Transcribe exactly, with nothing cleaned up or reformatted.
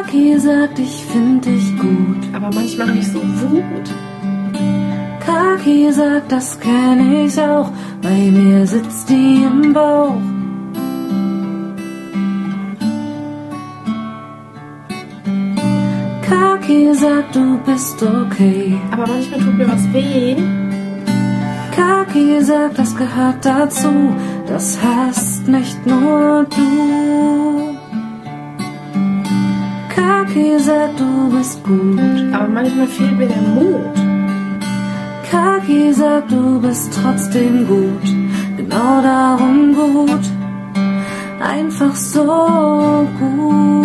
Kaki sagt, ich find dich gut, aber manchmal habe ich so Wut. Kaki sagt, das kenn ich auch, bei mir sitzt die im Bauch. Kaki sagt, du bist okay, aber manchmal tut mir was weh. Kaki sagt, das gehört dazu, das hast nicht nur du. Kaki sagt, du bist gut, aber manchmal fehlt mir der Mut. Kaki sagt, du bist trotzdem gut, genau darum gut, einfach so gut.